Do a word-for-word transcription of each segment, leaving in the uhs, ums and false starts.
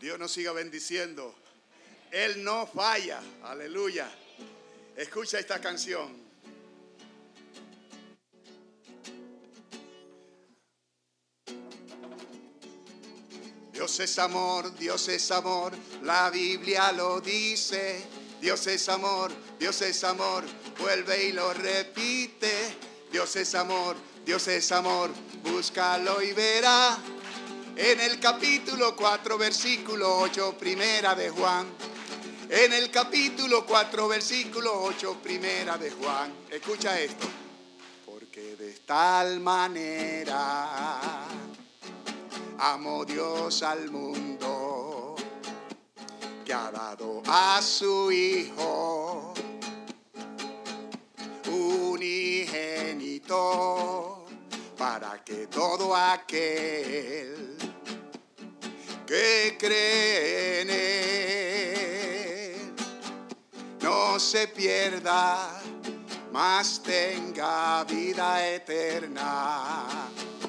Dios nos siga bendiciendo. Él no falla. Aleluya. Escucha esta canción. Dios es amor, Dios es amor, la Biblia lo dice. Dios es amor, Dios es amor, vuelve y lo repite. Dios es amor, Dios es amor, búscalo y verá. En el capítulo cuatro, versículo ocho, primera de Juan. En el capítulo cuatro, versículo ocho, primera de Juan. Escucha esto. Porque de tal manera amó Dios al mundo, que ha dado a su Hijo unigénito, para que todo aquel que cree en Él no se pierda, mas tenga vida eterna.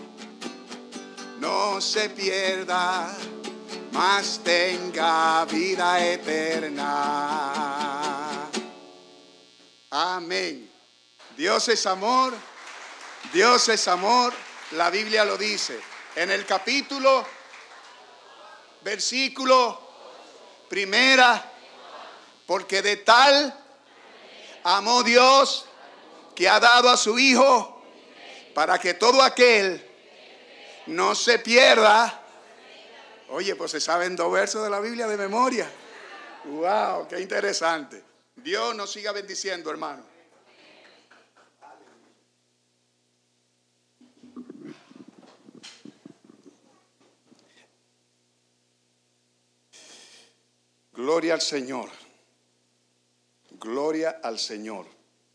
No se pierda, mas tenga vida eterna. Amén. Dios es amor, Dios es amor, la Biblia lo dice. En el capítulo, versículo, primera, porque de tal amó Dios que ha dado a su Hijo, para que todo aquel no se pierda. Oye, pues se saben dos versos de la Biblia de memoria. Wow, qué interesante. Dios nos siga bendiciendo, hermano. Gloria al Señor. Gloria al Señor.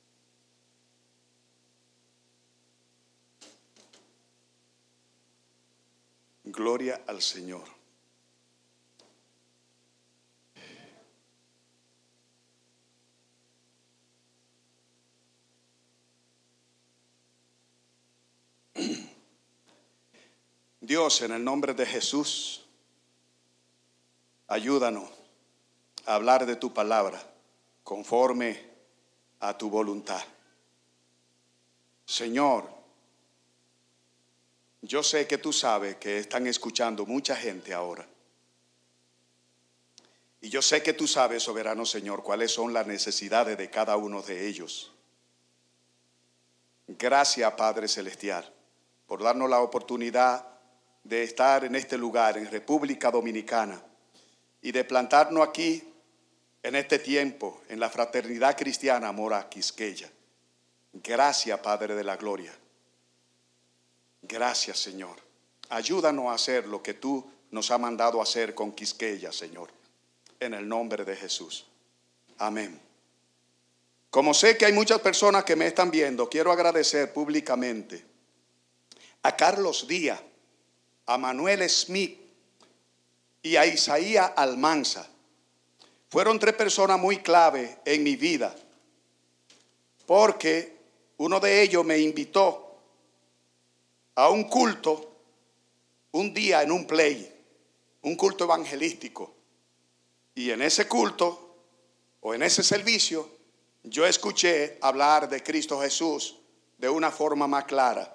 Gloria al Señor. Dios, en el nombre de Jesús, ayúdanos a hablar de tu palabra conforme a tu voluntad. Señor, yo sé que tú sabes que están escuchando mucha gente ahora. Y yo sé que tú sabes, soberano Señor, cuáles son las necesidades de cada uno de ellos. Gracias, Padre Celestial, por darnos la oportunidad de estar en este lugar, en República Dominicana, y de plantarnos aquí en este tiempo, en la fraternidad cristiana Mora Quisqueya. Gracias, Padre de la Gloria. Gracias, Señor. Ayúdanos a hacer lo que tú nos has mandado hacer con Quisqueya, Señor. En el nombre de Jesús. Amén. Como sé que hay muchas personas que me están viendo, quiero agradecer públicamente a Carlos Díaz, a Manuel Smith y a Isaías Almanza. Fueron tres personas muy clave en mi vida, porque uno de ellos me invitó a un culto un día en un play, un culto evangelístico. Y en ese culto o en ese servicio yo escuché hablar de Cristo Jesús de una forma más clara.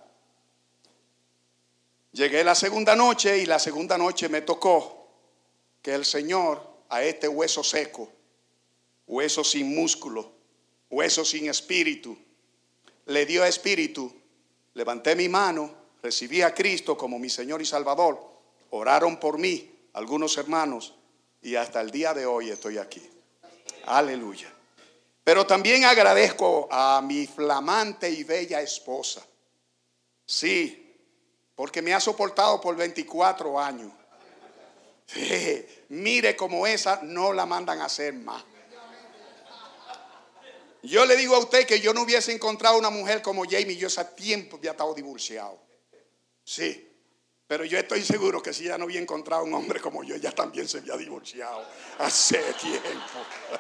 Llegué la segunda noche y la segunda noche me tocó que el Señor a este hueso seco, hueso sin músculo, hueso sin espíritu, le dio espíritu. Levanté mi mano, recibí a Cristo como mi Señor y Salvador. Oraron por mí algunos hermanos y hasta el día de hoy estoy aquí. Aleluya. Pero también agradezco a mi flamante y bella esposa. Sí, porque me ha soportado por veinticuatro años. Sí, mire como esa no la mandan a hacer más. Yo le digo a usted que yo no hubiese encontrado una mujer como Jamie, yo hace tiempo había estado divorciado. Sí, pero yo estoy seguro que si ella no hubiera encontrado un hombre como yo, ella también se había divorciado hace tiempo.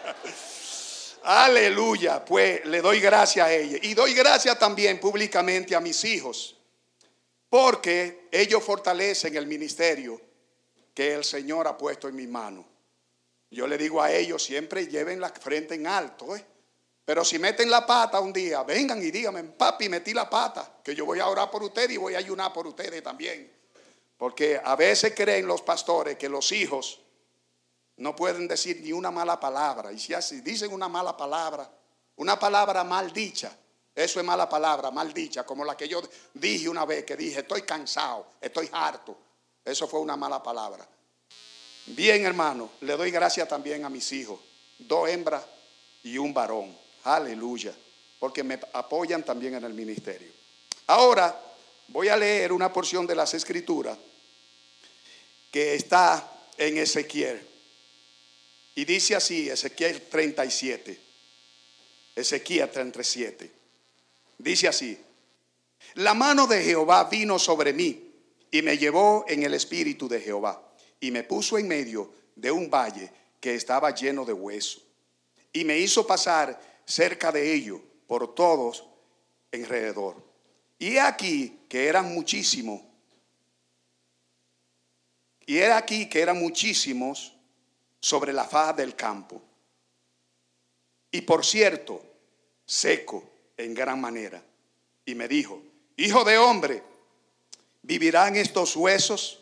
Aleluya. Pues le doy gracias a ella. Y doy gracias también públicamente a mis hijos, porque ellos fortalecen el ministerio que el Señor ha puesto en mis manos. Yo le digo a ellos, siempre lleven la frente en alto, ¿eh? Pero si meten la pata un día, vengan y díganme, papi, metí la pata, que yo voy a orar por ustedes y voy a ayunar por ustedes también. Porque a veces creen los pastores que los hijos no pueden decir ni una mala palabra. Y si así dicen una mala palabra, una palabra mal dicha, eso es mala palabra, mal dicha, como la que yo dije una vez, que dije, estoy cansado, estoy harto. Eso fue una mala palabra. Bien, hermano, le doy gracias también a mis hijos, dos hembras y un varón. Aleluya, porque me apoyan también en el ministerio. Ahora voy a leer una porción de las Escrituras que está en Ezequiel. Y dice así, Ezequiel treinta y siete. Ezequiel treinta y siete. Dice así: la mano de Jehová vino sobre mí y me llevó en el espíritu de Jehová y me puso en medio de un valle que estaba lleno de hueso y me hizo pasar cerca de ello por todos alrededor. Y he aquí que eran muchísimos. Y he aquí que eran muchísimos sobre la faz del campo. Y por cierto, seco en gran manera. Y me dijo: hijo de hombre, ¿vivirán estos huesos?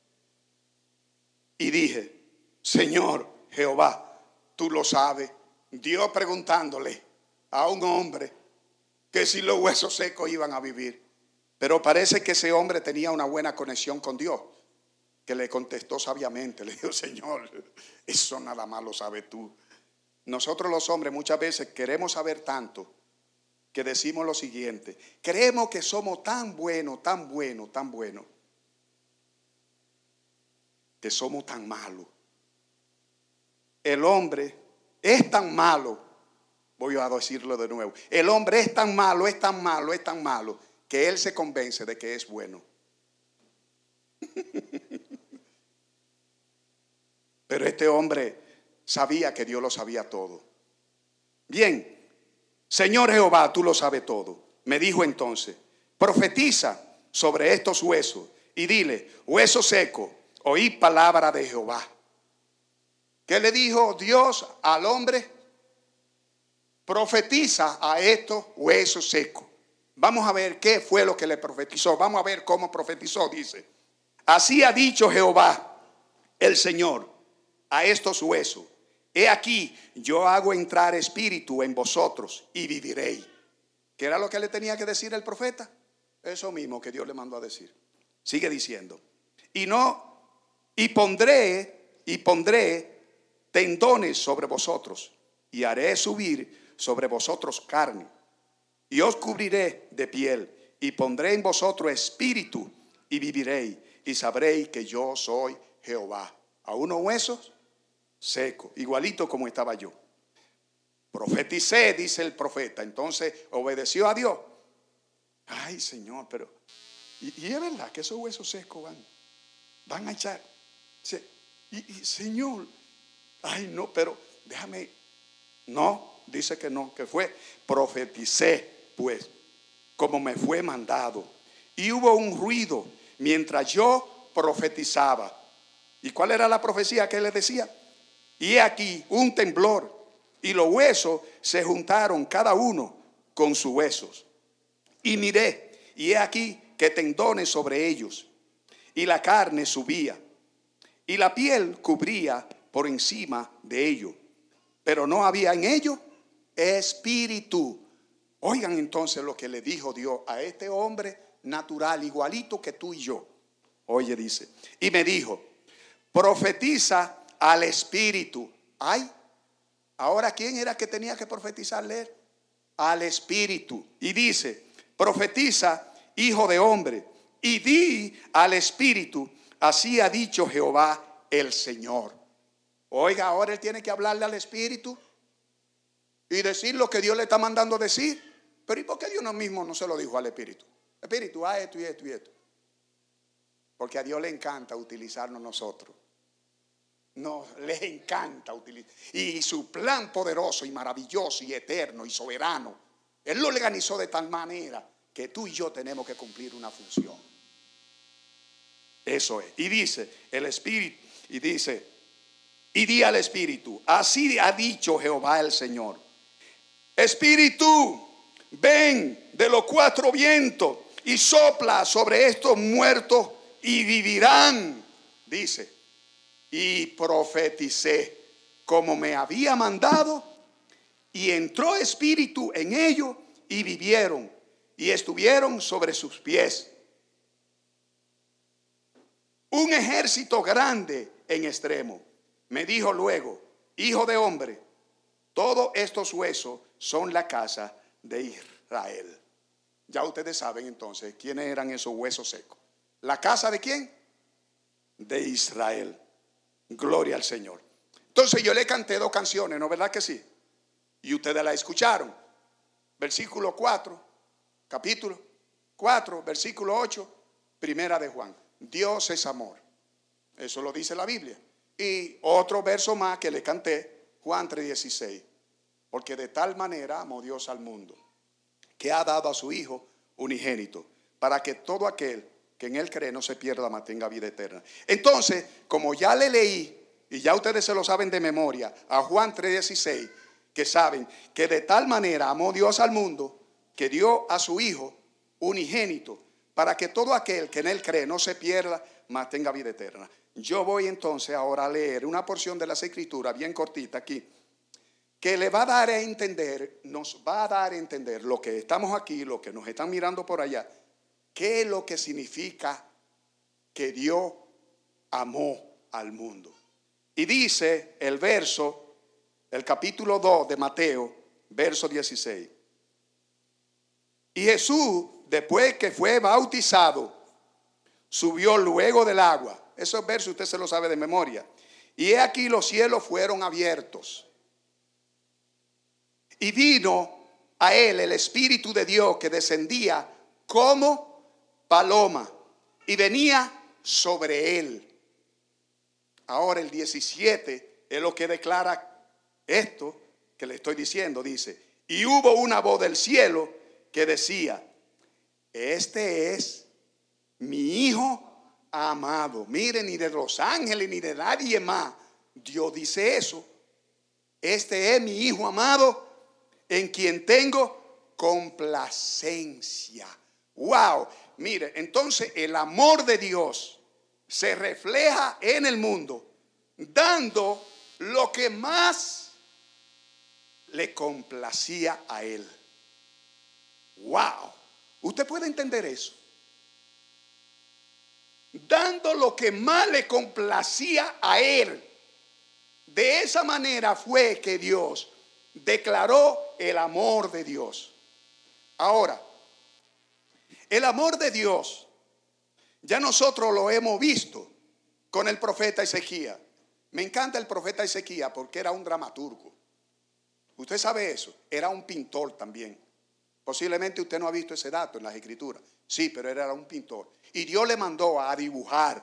Y dije: Señor Jehová, tú lo sabes. Dios preguntándole a un hombre que si los huesos secos iban a vivir. Pero parece que ese hombre tenía una buena conexión con Dios, que le contestó sabiamente. Le dijo: Señor, eso nada más lo sabes tú. Nosotros los hombres muchas veces queremos saber tanto que decimos lo siguiente: creemos que somos tan buenos, tan buenos, tan buenos, que somos tan malos. El hombre es tan malo, voy a decirlo de nuevo, el hombre es tan malo, es tan malo, es tan malo, que él se convence de que es bueno. Pero este hombre sabía que Dios lo sabía todo. Bien, Señor Jehová, tú lo sabes todo. Me dijo entonces: profetiza sobre estos huesos y dile: hueso seco, oí palabra de Jehová. ¿Qué le dijo Dios al hombre? Profetiza a estos huesos secos. Vamos a ver qué fue lo que le profetizó. Vamos a ver cómo profetizó. Dice: así ha dicho Jehová el Señor a estos huesos: he aquí, yo hago entrar espíritu en vosotros y viviréis. ¿Qué era lo que le tenía que decir el profeta? Eso mismo que Dios le mandó a decir. Sigue diciendo: y no, y pondré, y pondré tendones sobre vosotros, y haré subir sobre vosotros carne, y os cubriré de piel, y pondré en vosotros espíritu, y viviréis, y sabréis que yo soy Jehová. A unos huesos secos, igualito como estaba yo. Profeticé, dice el profeta. Entonces obedeció a Dios. Ay, Señor, pero y, y es verdad que esos huesos secos van, van a echar. Y, y Señor, ay, no, pero déjame. No, dice que no, que fue. Profeticé, pues, como me fue mandado. Y hubo un ruido mientras yo profetizaba. ¿Y cuál era la profecía que él le decía? Y he aquí un temblor, y los huesos se juntaron cada uno con sus huesos. Y miré, y he aquí que tendones sobre ellos, y la carne subía, y la piel cubría por encima de ellos, pero no había en ellos espíritu. Oigan entonces lo que le dijo Dios a este hombre natural, igualito que tú y yo. Oye, dice, y me dijo: profetiza al espíritu. Ay, ahora ¿quién era que tenía que profetizarle? Al espíritu. Y dice: profetiza, hijo de hombre, y di al espíritu: así ha dicho Jehová el Señor. Oiga, ahora él tiene que hablarle al espíritu y decir lo que Dios le está mandando decir. Pero ¿y por qué Dios no mismo no se lo dijo al espíritu? Espíritu, haz esto y esto y esto. Porque a Dios le encanta utilizarnos nosotros. No, le encanta utilizar. Y su plan poderoso y maravilloso y eterno y soberano, Él lo organizó de tal manera que tú y yo tenemos que cumplir una función. Eso es. Y dice el espíritu: Y dice, y di al Espíritu, así ha dicho Jehová el Señor, Espíritu, ven de los cuatro vientos y sopla sobre estos muertos y vivirán. Dice, y profeticé como me había mandado, y entró espíritu en ellos y vivieron y estuvieron sobre sus pies. Un ejército grande en extremo. Me dijo luego, hijo de hombre, todos estos huesos son la casa de Israel. Ya ustedes saben entonces quiénes eran esos huesos secos. ¿La casa de quién? De Israel. Gloria al Señor. Entonces yo le canté dos canciones, ¿no verdad que sí? Y ustedes la escucharon. Versículo cuatro, capítulo cuatro, versículo ocho, primera de Juan. Dios es amor. Eso lo dice la Biblia. Y otro verso más que le canté, Juan tres dieciséis. Porque de tal manera amó Dios al mundo, que ha dado a su Hijo unigénito, para que todo aquel que en él cree no se pierda, mas tenga vida eterna. Entonces, como ya le leí, y ya ustedes se lo saben de memoria, a Juan tres dieciséis, que saben que de tal manera amó Dios al mundo, que dio a su Hijo unigénito, para que todo aquel que en él cree no se pierda, mas tenga vida eterna. Yo voy entonces ahora a leer una porción de las Escrituras bien cortita aquí, que le va a dar a entender, nos va a dar a entender lo que estamos aquí, lo que nos están mirando por allá, qué es lo que significa que Dios amó al mundo. Y dice el verso, el capítulo dos de Mateo, verso dieciséis. Y Jesús, después que fue bautizado, subió luego del agua. Esos versos usted se los sabe de memoria. Y he aquí los cielos fueron abiertos. Y vino a él el Espíritu de Dios que descendía como paloma y venía sobre él. Ahora el diecisiete es lo que declara esto que le estoy diciendo. Dice, y hubo una voz del cielo que decía, este es mi Hijo amado. Miren, ni de los ángeles ni de nadie más Dios dice eso. Este es mi Hijo amado, en quien tengo complacencia. Wow, mire, entonces el amor de Dios se refleja en el mundo, dando lo que más le complacía a él. Wow, usted puede entender eso. Dando lo que más le complacía a él. De esa manera fue que Dios declaró el amor de Dios. Ahora, el amor de Dios ya nosotros lo hemos visto con el profeta Ezequías. Me encanta el profeta Ezequías porque era un dramaturgo. Usted sabe eso, era un pintor también. Posiblemente usted no ha visto ese dato en las Escrituras. Sí, pero él era un pintor. Y Dios le mandó a dibujar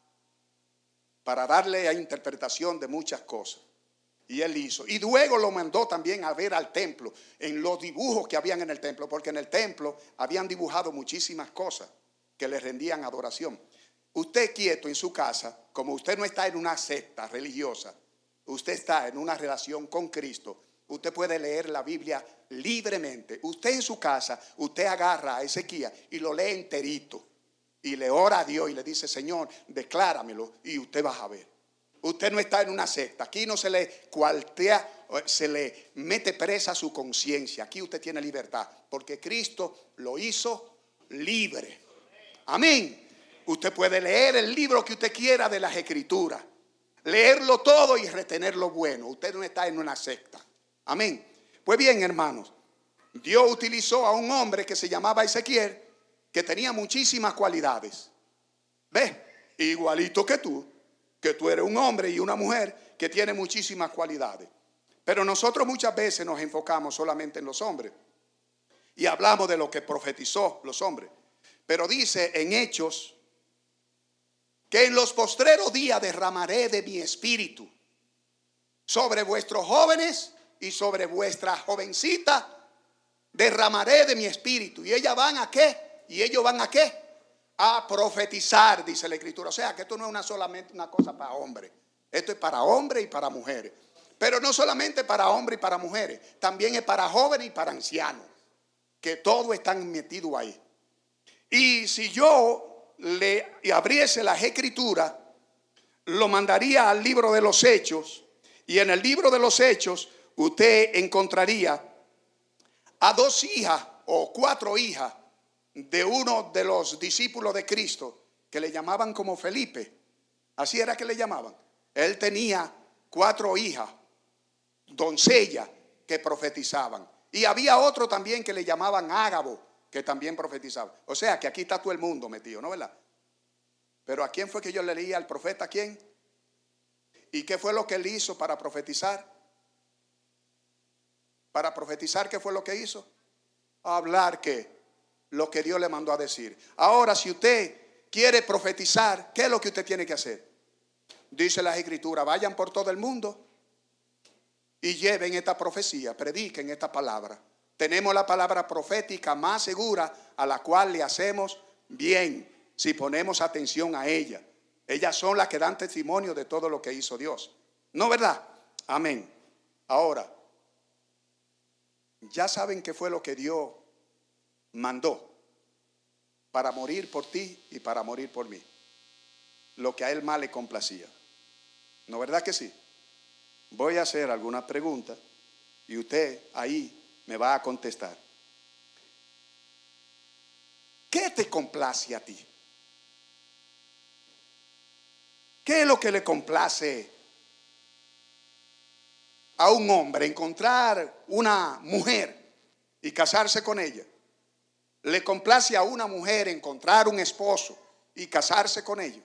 para darle a interpretación de muchas cosas. Y él hizo. Y luego lo mandó también a ver al templo, en los dibujos que habían en el templo, porque en el templo habían dibujado muchísimas cosas que le rendían adoración. Usted quieto en su casa, como usted no está en una secta religiosa, usted está en una relación con Cristo, usted puede leer la Biblia libremente. Usted en su casa, usted agarra a Ezequías y lo lee enterito. Y le ora a Dios y le dice, Señor, decláramelo, y usted va a ver. Usted no está en una secta. Aquí no se le cuartea, se le mete presa su conciencia. Aquí usted tiene libertad, porque Cristo lo hizo libre. Amén. Usted puede leer el libro que usted quiera de las Escrituras, leerlo todo y retener lo bueno. Usted no está en una secta. Amén. Pues bien, hermanos, Dios utilizó a un hombre que se llamaba Ezequiel, que tenía muchísimas cualidades. ¿Ves? Igualito que tú, que tú eres un hombre y una mujer que tiene muchísimas cualidades. Pero nosotros muchas veces nos enfocamos solamente en los hombres y hablamos de lo que profetizó los hombres. Pero dice en Hechos que en los postreros días derramaré de mi espíritu sobre vuestros jóvenes y sobre vuestra jovencita derramaré de mi espíritu. ¿Y ellas van a qué? ¿Y ellos van a qué? a profetizar, dice la Escritura. O sea, que esto no es una solamente una cosa para hombres. Esto es para hombres y para mujeres. Pero no solamente para hombres y para mujeres. También es para jóvenes y para ancianos. Que todos están metidos ahí. Y si yo le abriese las Escrituras, lo mandaría al libro de los Hechos. Y en el libro de los Hechos usted encontraría a dos hijas o cuatro hijas de uno de los discípulos de Cristo, que le llamaban como Felipe. Así era que le llamaban. Él tenía cuatro hijas, doncellas, que profetizaban. Y había otro también que le llamaban Ágabo, que también profetizaba. O sea que aquí está todo el mundo metido, ¿no, verdad? Pero ¿a quién fue que yo le leía al profeta? ¿A quién? ¿Y qué fue lo que él hizo para profetizar? Para profetizar, ¿qué fue lo que hizo? Hablar que lo que Dios le mandó a decir. Ahora, si usted quiere profetizar, ¿qué es lo que usted tiene que hacer? Dice las Escrituras: vayan por todo el mundo y lleven esta profecía, prediquen esta palabra. Tenemos la palabra profética más segura, a la cual le hacemos bien si ponemos atención a ella. Ellas son las que dan testimonio de todo lo que hizo Dios. ¿No, verdad? Amén. Ahora, ya saben qué fue lo que Dios mandó para morir por ti y para morir por mí. Lo que a él más le complacía. ¿No, verdad que sí? Voy a hacer algunas preguntas y usted ahí me va a contestar. ¿Qué te complace a ti? ¿Qué es lo que le complace a un hombre? Encontrar una mujer y casarse con ella. ¿Le complace a una mujer encontrar un esposo y casarse con ella?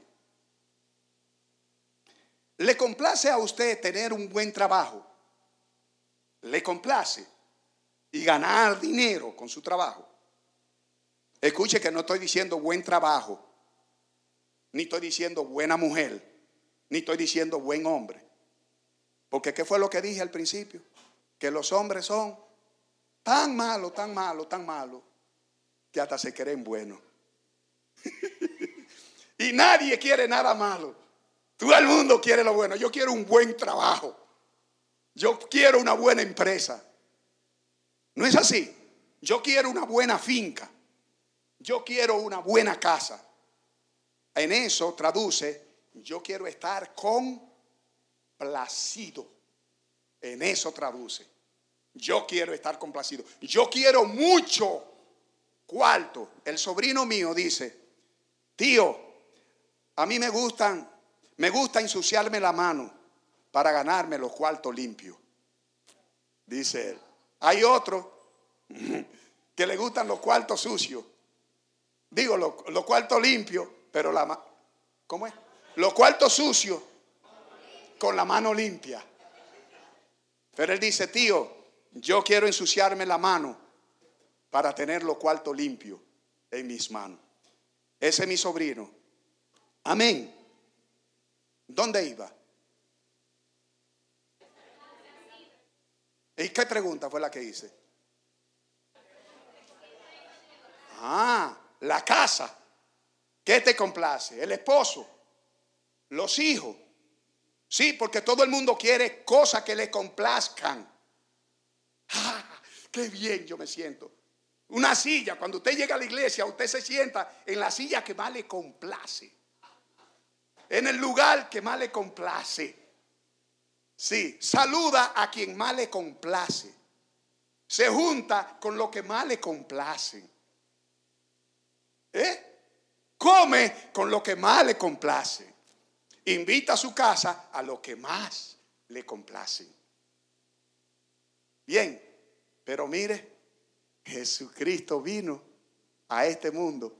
¿Le complace a usted tener un buen trabajo? ¿Le complace? Y ganar dinero con su trabajo. Escuche que no estoy diciendo buen trabajo, ni estoy diciendo buena mujer, ni estoy diciendo buen hombre. Porque ¿qué fue lo que dije al principio? Que los hombres son tan malos, tan malos, tan malos, que hasta se creen buenos. Y nadie quiere nada malo. Todo el mundo quiere lo bueno. Yo quiero un buen trabajo. Yo quiero una buena empresa. ¿No es así? Yo quiero una buena finca. Yo quiero una buena casa. En eso traduce: yo quiero estar complacido. En eso traduce: yo quiero estar complacido. Yo quiero mucho cuarto. El sobrino mío dice: tío, a mí me gustan, me gusta ensuciarme la mano para ganarme los cuartos limpios. Dice él. Hay otro que le gustan los cuartos sucios. Digo, los, los cuartos limpios, pero la mano, ¿cómo es? Los cuartos sucios con la mano limpia. Pero él dice: tío, yo quiero ensuciarme la mano para tener los cuartos limpios en mis manos. Ese es mi sobrino. Amén. ¿Dónde iba? ¿Y qué pregunta fue la que hice? Ah, la casa. ¿Qué te complace? El esposo, los hijos. Sí, porque todo el mundo quiere cosas que le complazcan. Ah, qué bien yo me siento. Una silla, cuando usted llega a la iglesia, usted se sienta en la silla que más le complace, en el lugar que más le complace. Sí, saluda a quien más le complace. Se junta con lo que más le complace. ¿Eh? Come con lo que más le complace. Invita a su casa a lo que más le complace. Bien, pero mire, Jesucristo vino a este mundo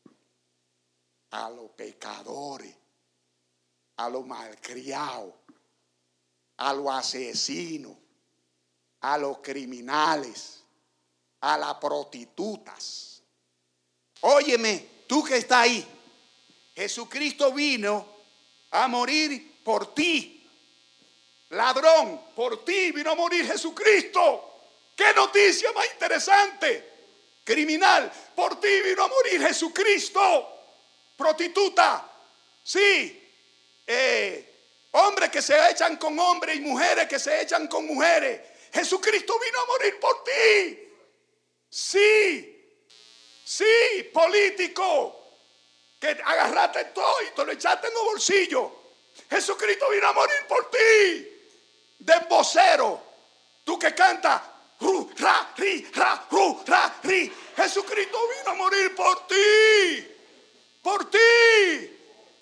a los pecadores, a los malcriados, a los asesinos, a los criminales, a las prostitutas. Óyeme, tú que estás ahí, Jesucristo vino a morir por ti. Ladrón, por ti vino a morir Jesucristo. ¡Qué noticia más interesante! Criminal, por ti vino a morir Jesucristo. prostitutas, sí, eh, hombres que se echan con hombres y mujeres que se echan con mujeres. Jesucristo vino a morir por ti. Sí, sí, político, que agarraste todo y te lo echaste en los bolsillos. Jesucristo vino a morir por ti. De vocero, tú que cantas ru, ra, ri, ra, ru, ra, ri. Jesucristo vino a morir por ti. Por ti.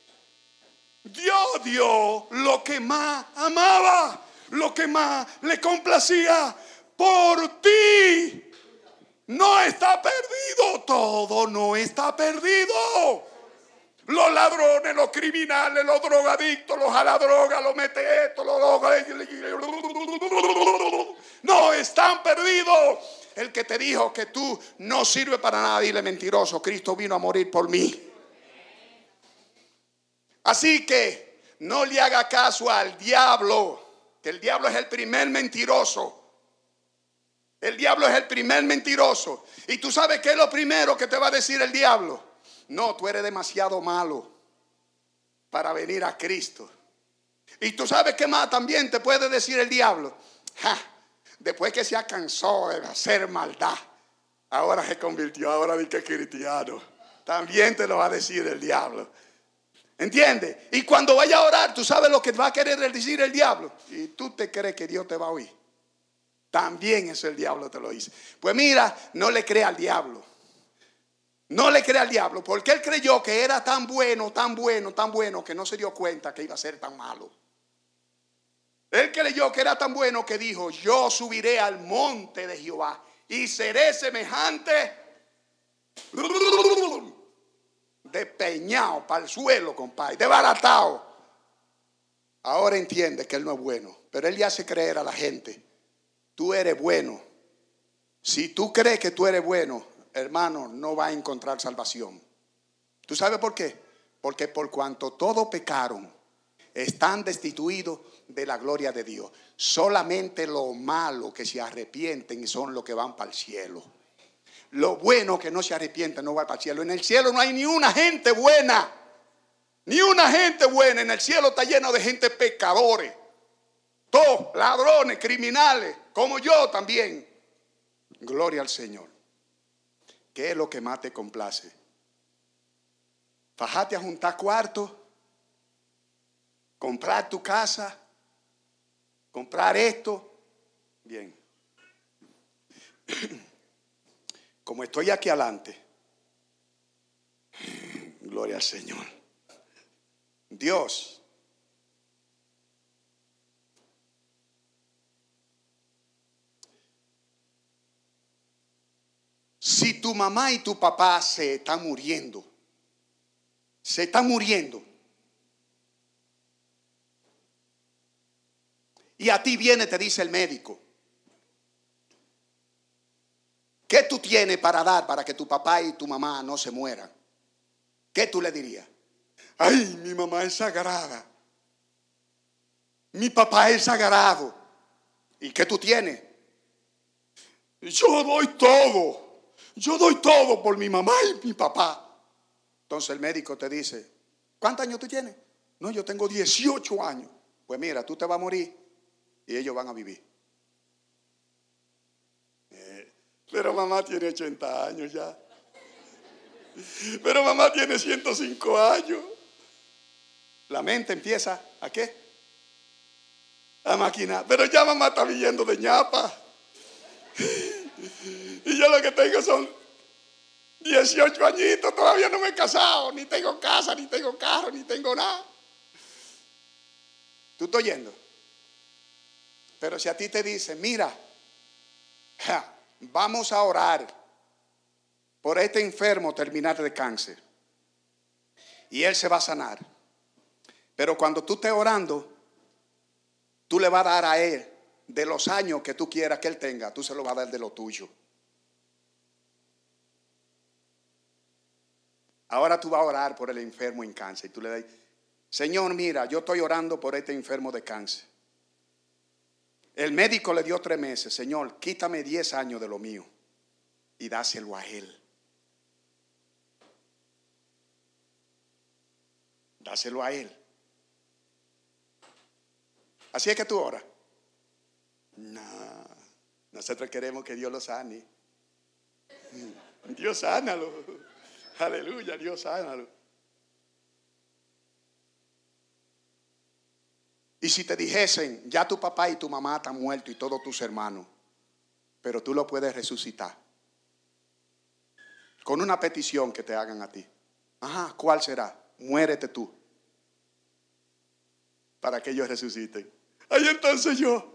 Dios dio lo que más amaba, lo que más le complacía por ti. No está perdido, todo no está perdido. Los ladrones, los criminales, los drogadictos, los a la droga, los mete esto, los no están perdidos. El que te dijo que tú no sirves para nada, dile mentiroso, Cristo vino a morir por mí. Así que no le haga caso al diablo, que el diablo es el primer mentiroso. El diablo es el primer mentiroso. Y tú sabes qué es lo primero que te va a decir el diablo. No, tú eres demasiado malo para venir a Cristo. Y tú sabes qué más también te puede decir el diablo. Ja, después que se cansó de hacer maldad, ahora se convirtió, ahora dice que es cristiano. También te lo va a decir el diablo. ¿Entiendes? Y cuando vaya a orar, tú sabes lo que va a querer decir el diablo. Y tú te crees que Dios te va a oír. También eso el diablo te lo dice. Pues mira, no le crea al diablo. No le crea al diablo, porque él creyó que era tan bueno, tan bueno, tan bueno, que no se dio cuenta que iba a ser tan malo. Él creyó que era tan bueno que dijo: yo subiré al monte de Jehová y seré semejante despeñado para el suelo, compadre, desbaratado. Ahora entiende que él no es bueno, pero él le hace creer a la gente: tú eres bueno. Si tú crees que tú eres bueno, hermano, no va a encontrar salvación. ¿Tú sabes por qué? Porque por cuanto todos pecaron, están destituidos de la gloria de Dios. Solamente los malos que se arrepienten son los que van para el cielo. Los buenos que no se arrepienten no van para el cielo. En el cielo no hay ni una gente buena. Ni una gente buena. En el cielo está lleno de gente pecadores. Todos ladrones, criminales, como yo también. Gloria al Señor. ¿Qué es lo que más te complace? Fajate a juntar cuartos, comprar tu casa, comprar esto. Bien. Como estoy aquí adelante, gloria al Señor. Dios si tu mamá y tu papá se están muriendo, se están muriendo, y a ti viene, te dice el médico: ¿qué tú tienes para dar para que tu papá y tu mamá no se mueran? ¿Qué tú le dirías? Ay, mi mamá es sagrada, mi papá es sagrado. ¿Y qué tú tienes? Yo doy todo. Yo doy todo por mi mamá y mi papá. Entonces el médico te dice: ¿cuántos años tú tienes? No, yo tengo dieciocho años. Pues mira, tú te vas a morir y ellos van a vivir. Eh, pero mamá tiene ochenta años ya. Pero mamá tiene ciento cinco años. La mente empieza ¿a qué? A maquinar. Pero ya mamá está viviendo de ñapa. Y yo lo que tengo son dieciocho añitos, todavía no me he casado, ni tengo casa, ni tengo carro, ni tengo nada. ¿Tú estás oyendo? Pero si a ti te dicen: mira, ja, vamos a orar por este enfermo terminal de cáncer y él se va a sanar, pero cuando tú estés orando, tú le vas a dar a él de los años que tú quieras que él tenga, tú se lo vas a dar de lo tuyo. Ahora tú vas a orar por el enfermo en cáncer y tú le das: Señor, mira, yo estoy orando por este enfermo de cáncer. El médico le dio tres meses. Señor, quítame diez años de lo mío y dáselo a él. dáselo a Él. Así es que tú oras. No, nosotros queremos que Dios lo sane. Dios sánalo. Aleluya, Dios sánalo. Y si te dijesen, ya tu papá y tu mamá están muertos y todos tus hermanos, pero tú lo puedes resucitar con una petición que te hagan a ti. Ajá, ¿cuál será? Muérete tú para que ellos resuciten. Ay, entonces yo.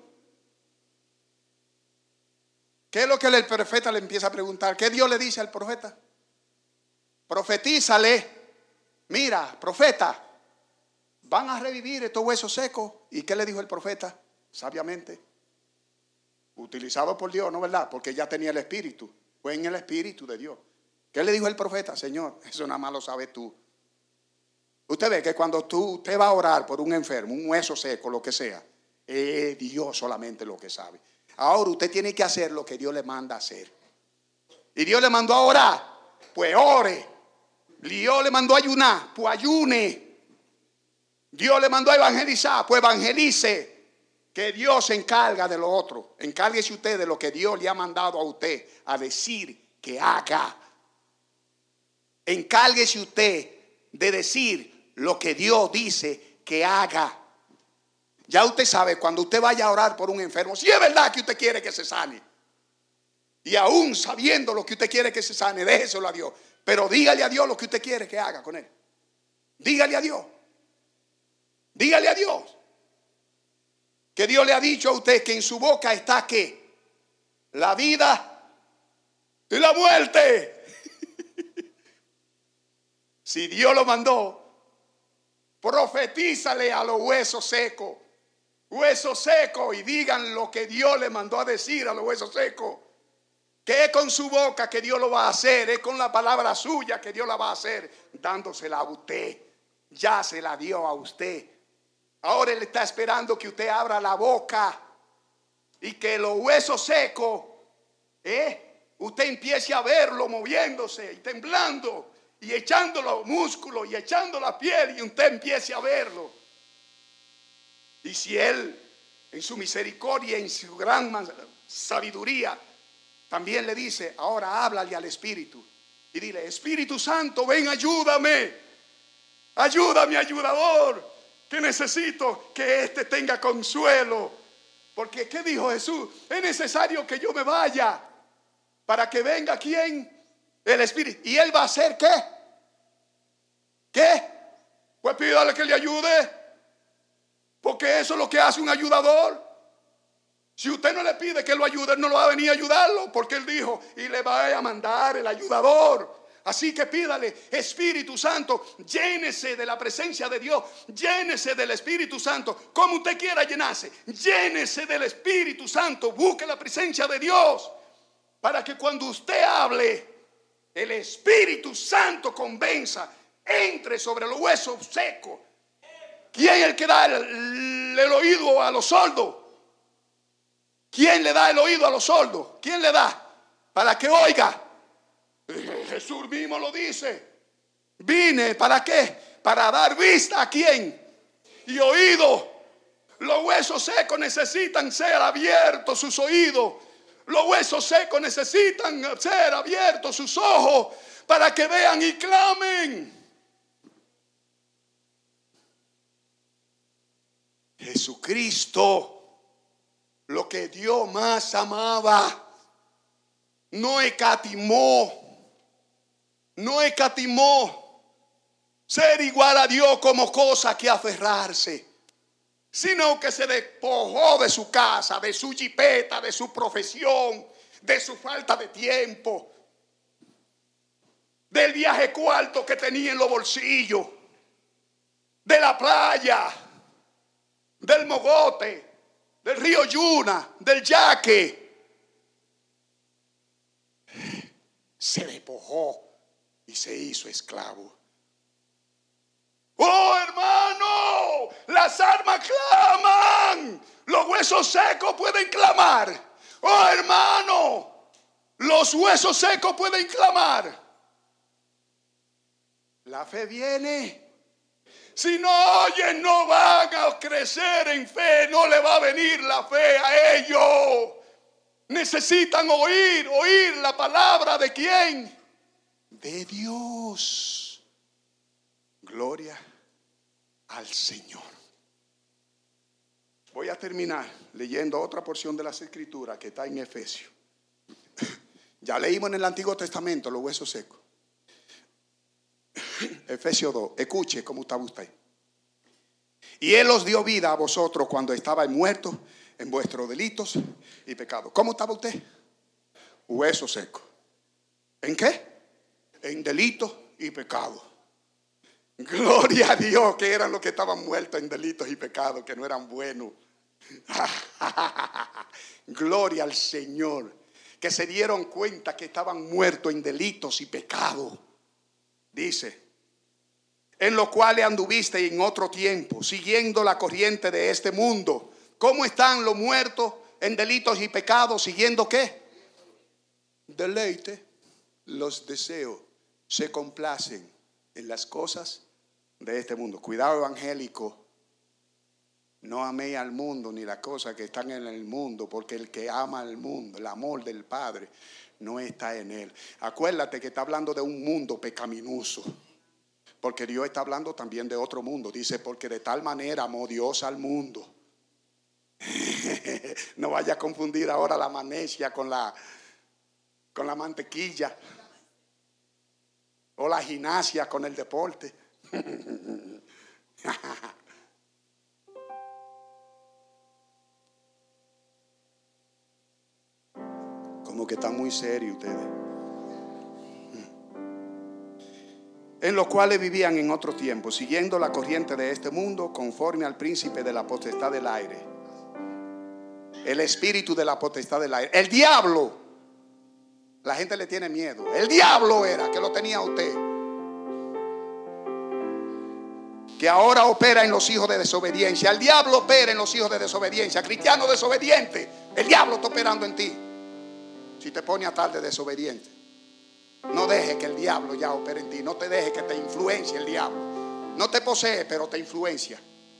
¿Qué es lo que el profeta le empieza a preguntar? ¿Qué Dios le dice al profeta? Profetízale. Mira, profeta, van a revivir estos huesos secos. ¿Y qué le dijo el profeta? Sabiamente, utilizado por Dios, ¿no verdad? Porque ya tenía el espíritu. Fue en el espíritu de Dios. ¿Qué le dijo el profeta? Señor, eso nada más lo sabes tú. Usted ve que cuando tú te va a orar por un enfermo, un hueso seco, lo que sea, es Dios solamente lo que sabe. Ahora usted tiene que hacer lo que Dios le manda a hacer. Y Dios le mandó a orar, pues ore. Dios le mandó a ayunar, pues ayune. Dios le mandó a evangelizar, pues evangelice. Que Dios se encarga de lo otro. Encárguese usted de lo que Dios le ha mandado a usted a decir que haga. Encárguese usted de decir lo que Dios dice que haga. Ya usted sabe, cuando usted vaya a orar por un enfermo, si es verdad que usted quiere que se sane, y aún sabiendo lo que usted quiere que se sane, déjeselo a Dios. Pero dígale a Dios lo que usted quiere que haga con él. Dígale a Dios. Dígale a Dios. Que Dios le ha dicho a usted que en su boca está ¿qué? La vida y la muerte. Si Dios lo mandó, profetízale a los huesos secos. Huesos secos, y digan lo que Dios le mandó a decir a los huesos secos. Que es con su boca que Dios lo va a hacer, es con la palabra suya que Dios la va a hacer, dándosela a usted. Ya se la dio a usted. Ahora Él está esperando que usted abra la boca y que los huesos secos, ¿eh? usted empiece a verlo moviéndose y temblando y echando los músculos y echando la piel, y usted empiece a verlo. Y si Él, en su misericordia, en su gran sabiduría, también le dice, ahora háblale al Espíritu y dile, Espíritu Santo, ven, ayúdame, ayúdame, ayudador, que necesito que éste tenga consuelo. Porque ¿qué dijo Jesús? Es necesario que yo me vaya para que venga ¿quién? El Espíritu. ¿Y Él va a hacer qué? ¿Qué? Pues pídale que le ayude, porque eso es lo que hace un ayudador. Si usted no le pide que lo ayude, Él no lo va a venir a ayudarlo, porque Él dijo, y le va a mandar el ayudador. Así que pídale, Espíritu Santo, llénese de la presencia de Dios, llénese del Espíritu Santo, como usted quiera llenarse, llénese del Espíritu Santo, busque la presencia de Dios, para que cuando usted hable, el Espíritu Santo convenza, entre sobre los huesos secos. ¿Quién es el que da el, el oído a los sordos? ¿Quién le da el oído a los sordos? ¿Quién le da? Para que oiga. Jesús mismo lo dice. Vine, ¿para qué? Para dar vista a quién y oído. Los huesos secos necesitan ser abiertos sus oídos. Los huesos secos necesitan ser abiertos sus ojos para que vean y clamen. Jesucristo, lo que Dios más amaba, no escatimó. No escatimó ser igual a Dios como cosa que aferrarse, sino que se despojó de su casa, de su jipeta, de su profesión, de su falta de tiempo, del viaje cuarto que tenía en los bolsillos, de la playa, del mogote, del río Yuna, del yaque. Se despojó y se hizo esclavo. Oh, hermano, las armas claman, los huesos secos pueden clamar. Oh, hermano, los huesos secos pueden clamar. La fe viene Si no oyen, no van a crecer en fe, no le va a venir la fe a ellos. Necesitan oír, oír la palabra de ¿quién? De Dios. Gloria al Señor. Voy a terminar leyendo otra porción de las Escrituras que está en Efesios. Ya leímos en el Antiguo Testamento los huesos secos. Efesios dos, escuche cómo estaba usted. Y Él os dio vida a vosotros cuando estabais muertos en vuestros delitos y pecados. ¿Cómo estaba usted? Hueso seco. ¿En qué? En delitos y pecados. Gloria a Dios, que eran los que estaban muertos en delitos y pecados, que no eran buenos. Gloria al Señor, que se dieron cuenta que estaban muertos en delitos y pecados. Dice, en lo cual anduviste en otro tiempo, siguiendo la corriente de este mundo. ¿Cómo están los muertos en delitos y pecados? ¿Siguiendo qué? Deleite. Los deseos se complacen en las cosas de este mundo. Cuidado, evangélico. No améis al mundo ni las cosas que están en el mundo, porque el que ama al mundo, el amor del Padre, no está en él. Acuérdate que está hablando de un mundo pecaminoso, porque Dios está hablando también de otro mundo. Dice, porque de tal manera amó Dios al mundo. No vaya a confundir ahora la magnesia con la, con la mantequilla, o la gimnasia con el deporte. Como que están muy serios ustedes. En los cuales vivían en otro tiempo, siguiendo la corriente de este mundo, conforme al príncipe de la potestad del aire, el espíritu de la potestad del aire, el diablo. La gente le tiene miedo. El diablo era que lo tenía usted, que ahora opera en los hijos de desobediencia. El diablo opera en los hijos de desobediencia. Cristiano desobediente, el diablo está operando en ti. Si te pone a tal de desobediente, no deje que el diablo ya opere en ti. No te deje que te influencie el diablo. No te posee, pero te influencia.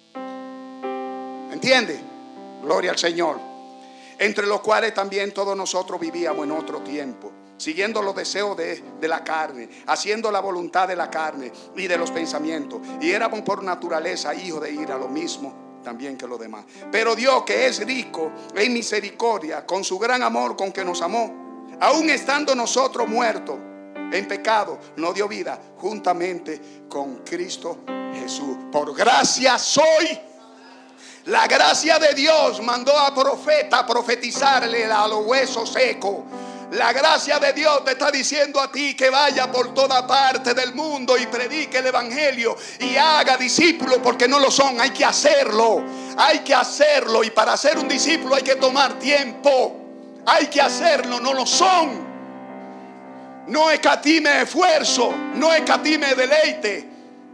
¿Entiende? Gloria al Señor. Entre los cuales también todos nosotros vivíamos en otro tiempo, siguiendo los deseos de, de la carne, haciendo la voluntad de la carne y de los pensamientos. Y éramos por naturaleza hijos de ira, lo mismo también que los demás. Pero Dios, que es rico en misericordia, con su gran amor con que nos amó, aun estando nosotros muertos en pecado, nos dio vida juntamente con Cristo Jesús. Por gracia soy. La gracia de Dios mandó a profeta a profetizarle a los huesos secos. La gracia de Dios te está diciendo a ti que vaya por toda parte del mundo y predique el evangelio y haga discípulos, porque no lo son. Hay que hacerlo, hay que hacerlo. Y para ser un discípulo hay que tomar tiempo. Hay que hacerlo, no lo son. No escatime esfuerzo, no escatime deleite.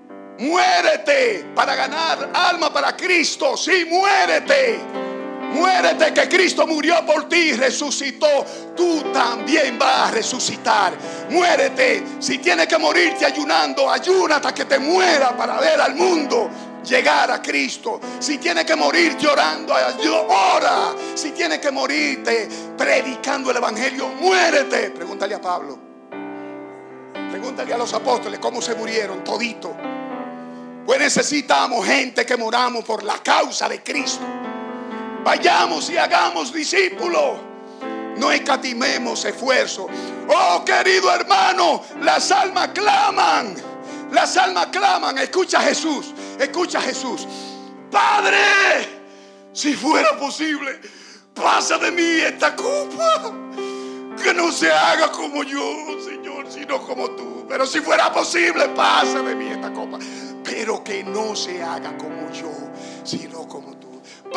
Muérete para ganar alma para Cristo. Sí, muérete. Muérete, que Cristo murió por ti y resucitó. Tú también vas a resucitar. Muérete. Si tienes que morirte ayunando, ayuna hasta que te muera para ver al mundo llegar a Cristo. Si tienes que morir llorando, ora. Si tienes que morirte predicando el evangelio, muérete. Pregúntale a Pablo. Pregúntale a los apóstoles cómo se murieron todito. Pues necesitamos gente que moramos por la causa de Cristo. Vayamos y hagamos discípulos. No escatimemos esfuerzo. Oh, querido hermano, las almas claman. Las almas claman. Escucha a Jesús. Escucha a Jesús. Padre, si fuera posible, pasa de mí esta copa. Que no se haga como yo, Señor, sino como tú. Pero si fuera posible, pasa de mí esta copa. Pero que no se haga como yo, sino como tú.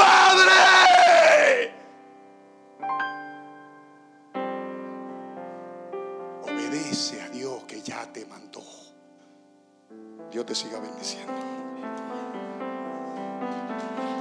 ¡Padre! Obedece a Dios que ya te mandó. Dios te siga bendiciendo.